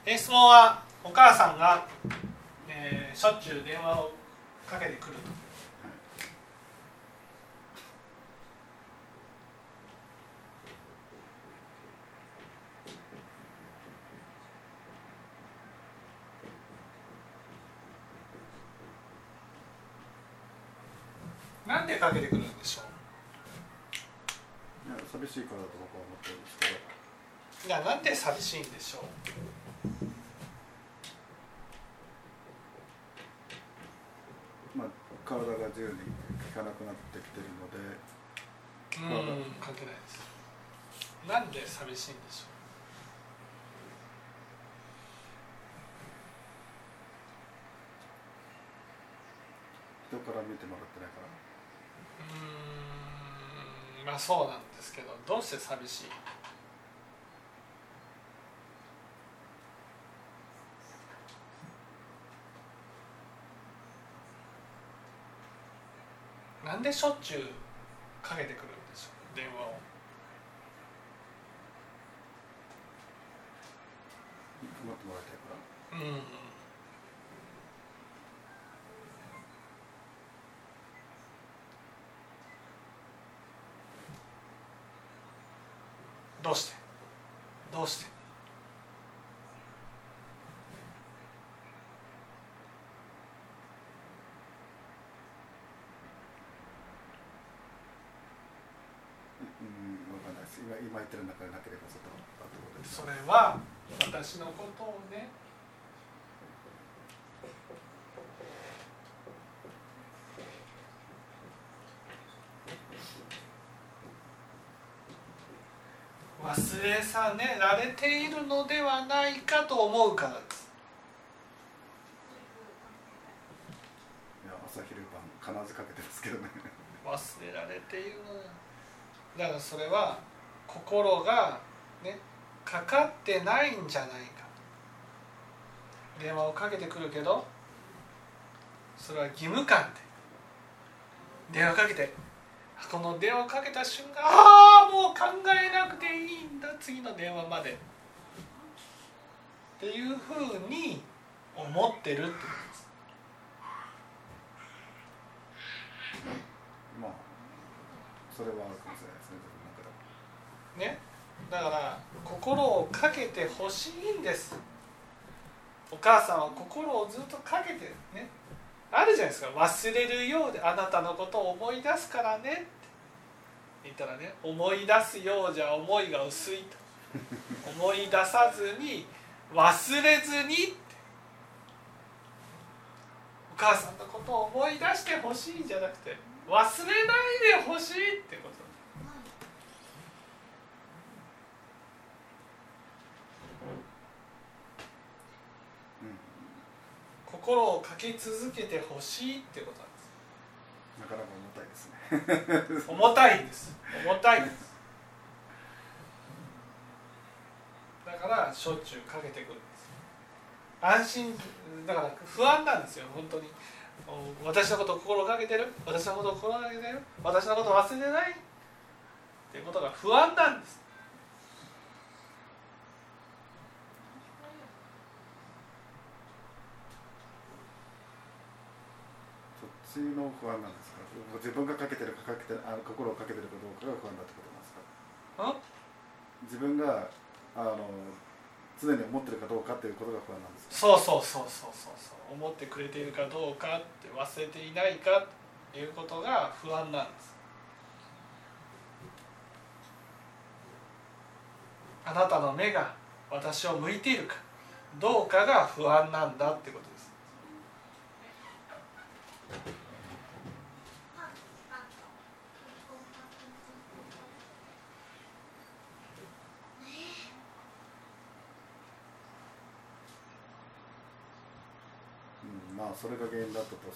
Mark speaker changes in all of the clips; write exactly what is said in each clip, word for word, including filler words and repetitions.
Speaker 1: えー、質問はお母さんが、えー、しょっちゅう電話をかけてくると。なんでかけてくるんでしょう。
Speaker 2: いや寂しいからだと僕は思ってるんですけど。
Speaker 1: いや、なんで寂しいんでしょう。
Speaker 2: まあ、体が自由に効かなくなってきてるので。
Speaker 1: うん、関係ないです。なんで寂しいんでしょ
Speaker 2: う。人から見てもらってないから。
Speaker 1: うーん、まあそうなんですけど、どうして寂しい。なんでしょっちゅうかけてくるんでしょう、電話を。
Speaker 2: 構ってもらいたいから。
Speaker 1: うん、うん、どうしてどうして
Speaker 2: うん、わかんないです。今、今言ってる中でなければちょっとあってことです。
Speaker 1: それは私のことをね、忘れさねられているのではないかと思うからです。
Speaker 2: いや、朝昼晩必ずかけてますけどね。
Speaker 1: 忘れられているのだ。だからそれは心がねかかってないんじゃないか。電話をかけてくるけど、それは義務感で電話かけて、この電話をかけた瞬間、ああもう考えなくていいんだ、次の電話までっていうふうに思ってるってことです。
Speaker 2: まあそれはあるかもしれないですね、自分の中では。
Speaker 1: ね、だから心をかけてほしいんです。お母さんは心をずっとかけてね、あるじゃないですか。忘れるようであなたのことを思い出すからねって言ったらね、思い出すようじゃ思いが薄いと思い出さずに忘れずにって、お母さんのことを思い出してほしいんじゃなくて忘れないでほしいってこと。心をかけ続けてほしいってことなんです。
Speaker 2: なかなか重たいですね。
Speaker 1: 重たいんです。重たいんです。だからしょっちゅうかけてくるんです。安心だから不安なんですよ、本当に。私のことを心をかけてる、私のことを心をかけてる、私のことを忘れてないっていうことが不安なんです。
Speaker 2: そっちの不安なんですか。自分がかけてるかかけてあの心をかけてるかどうかが不安だってことなんですか。自分があの常に思ってるかどうかっていうことが不安なんですか。
Speaker 1: そうそうそうそうそうそう、思ってくれているかどうかって忘れていないかっていうことが不安なんです。あなたの目が私を向いているかどうかが不安なんだってことです。
Speaker 2: うん、まあそれが原因だったとして、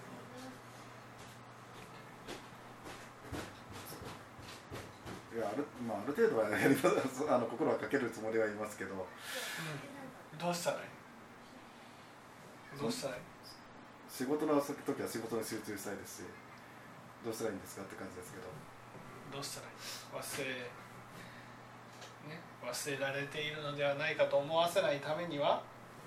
Speaker 2: いやある、まあ、ある程度はやりますあの心はかけるつもりはいますけど、
Speaker 1: うん、どうしたらいいどうしたらいい
Speaker 2: 仕事の時は仕事に集中したいですし、どうしたらいいんですかって感じですけど。
Speaker 1: どうしたらいい忘れね忘れられているのではないかと思わせないためには、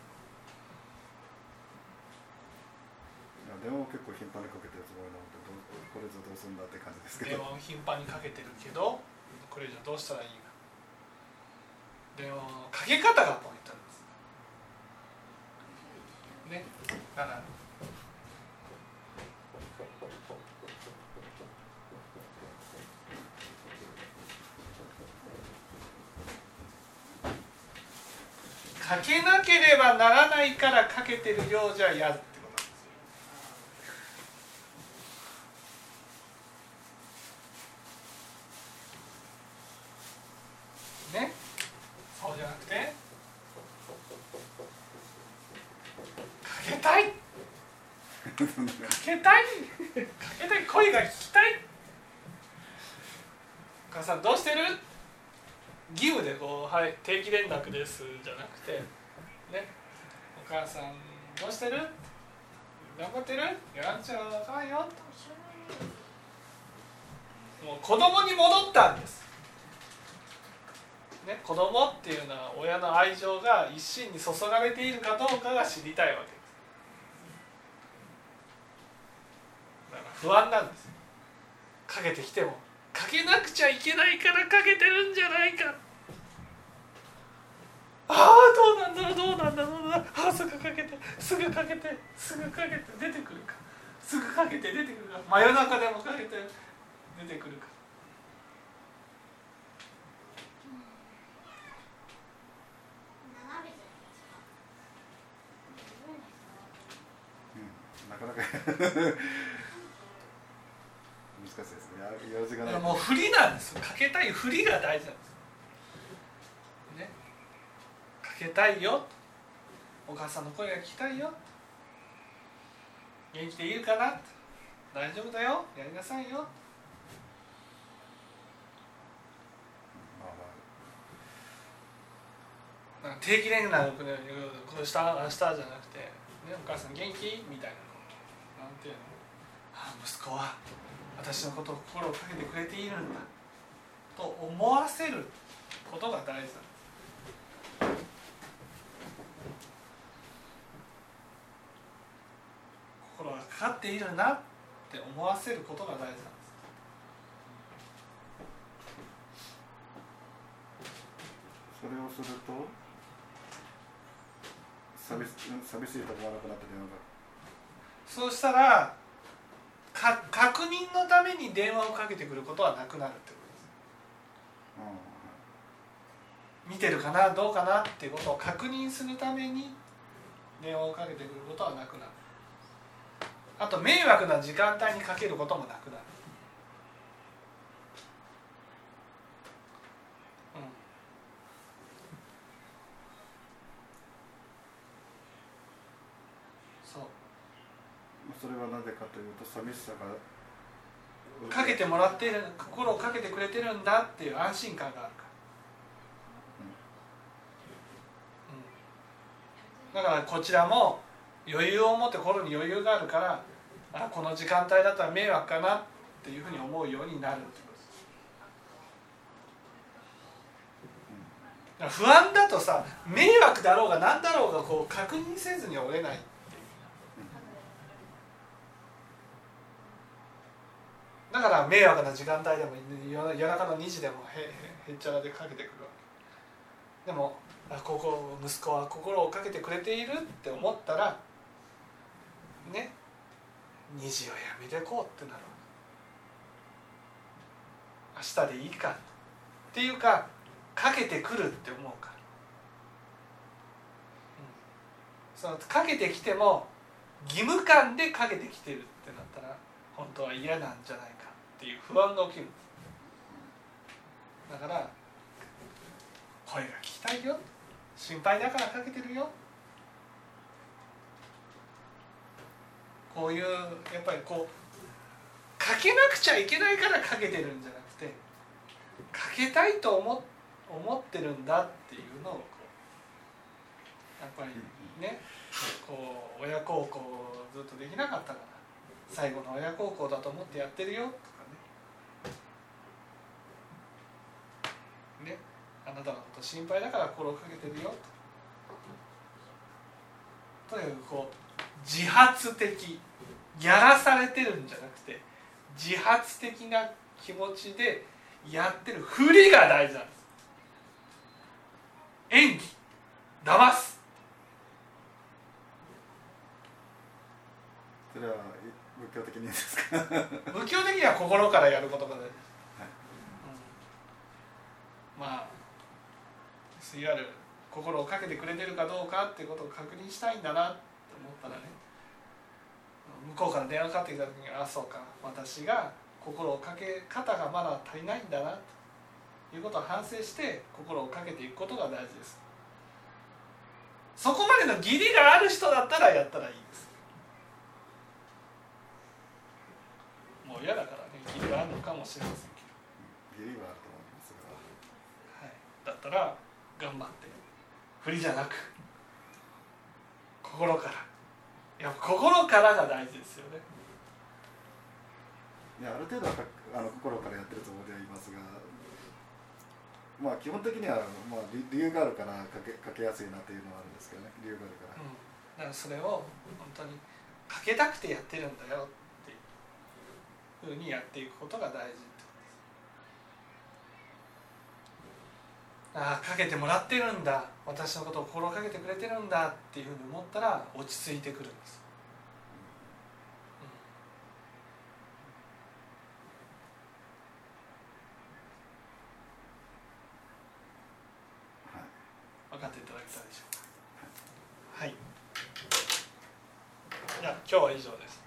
Speaker 2: 電話を結構頻繁にかけてるつもりなので、どうこれ以上どうするんだって感じですけど。
Speaker 1: 電話を頻繁にかけてるけど、これ以上どうしたらいいか。電話のかけ方がポイントなんですね。だからかけなければならないからかけてるようじゃ嫌ってことなんですね。そうじゃなくて、かけたいかけたいかけたい、声が聞きたい。お母さんどうしてる？義務でこう、はい、定期連絡ですじゃなくて、ね、お母さんどうしてる？頑張ってる？やんちゃはあかんよ。もう子供に戻ったんです。ね、子供っていうのは親の愛情が一心に注がれているかどうかが知りたいわけです。だから不安なんです。かけてきてもかけなくちゃいけないからかけてるんじゃないか。ああどうなんだろうどうなんだろうな、ああすぐかけてすぐかけてすぐかけて出てくるか、すぐかけて出てくるか、真夜中でもかけて出てくるか。
Speaker 2: なかなか難しいですね。用事がない。
Speaker 1: もう振りなんです。かけたい振りが大事なんです、ね、かけたいよ、お母さんの声が聞きたいよ、元気でいるかな、大丈夫だよ、やりなさいよ。なんか定期連絡のこうした明日じゃなくて、ね、お母さん元気みたいな、なんていうの、ああ息子は私のことを心をかけてくれているんだと思わせることが大事なんです。心がかかっているなって思わせることが大事なんです。
Speaker 2: それをすると寂し、寂しいと思わなくなった電話が。
Speaker 1: そうしたらか確認のために電話をかけてくることはなくなるってことです。見てるかなどうかなっていうことを確認するために電話をかけてくることはなくなる。あと迷惑な時間帯にかけることもなくなる。うんそう
Speaker 2: それはなぜかというと、寂しさが
Speaker 1: かけてもらっている、心をかけてくれてるんだっていう安心感があるから、うん、だからこちらも余裕を持って、心に余裕があるから、あこの時間帯だったら迷惑かなっていうふうに思うようになるってことです。だから不安だとさ、迷惑だろうが何だろうがこう確認せずに折れない。だから迷惑な時間帯でも夜中のにじでもへへへっちゃらでかけてくるわけでも、あここ息子は心をかけてくれているって思ったらね、にじをやめてこうってなるわけ。明日でいいかっていうか、かけてくるって思うから、うん、そのかけてきても義務感でかけてきてるってなったら本当は嫌なんじゃないかっていう不安が起きる。だから声が聞きたいよ、心配だからかけてるよ、こういうやっぱりこうかけなくちゃいけないからかけてるんじゃなくて、かけたいと思思ってるんだっていうのをこうやっぱりね、こう親孝行をずっとできなかったから最後の親孝行だと思ってやってるよとかね、ねあなたのこと心配だから心をかけてるよと。とにかくこう自発的、やらされてるんじゃなくて自発的な気持ちでやってるふりが大事なんです。演技、騙す。
Speaker 2: それは仏教的にですか？
Speaker 1: 仏教的には心からやることが大事です、
Speaker 2: はい
Speaker 1: うん、まあいわゆる心をかけてくれてるかどうかっていうことを確認したいんだなと思ったらね、向こうから電話かかってきた時にあそうか私が心をかけ方がまだ足りないんだなということを反省して心をかけていくことが大事です。そこまでの義理がある人だったらやったらいいです。もう嫌だからね、義理があるのかもしれませんけど、
Speaker 2: 義理はあると思いますが、
Speaker 1: はい、だったら頑張って振りじゃなく心から、いや心からが大事ですよね。
Speaker 2: いやある程度はあの心からやってるつもりではいますが、まあ基本的には、まあ、理由があるからかけ、かけやすいなっていうのはあるんですけどね、理由があるから、
Speaker 1: うん、だからそれを本当にかけたくてやってるんだよっていうふうにやっていくことが大事ってことです。ああかけてもらってるんだ、私のことを心かけてくれてるんだっていうふうに思ったら落ち着いてくるんです。分かっていただけたでしょうか。はい。じゃあ今日は以上です。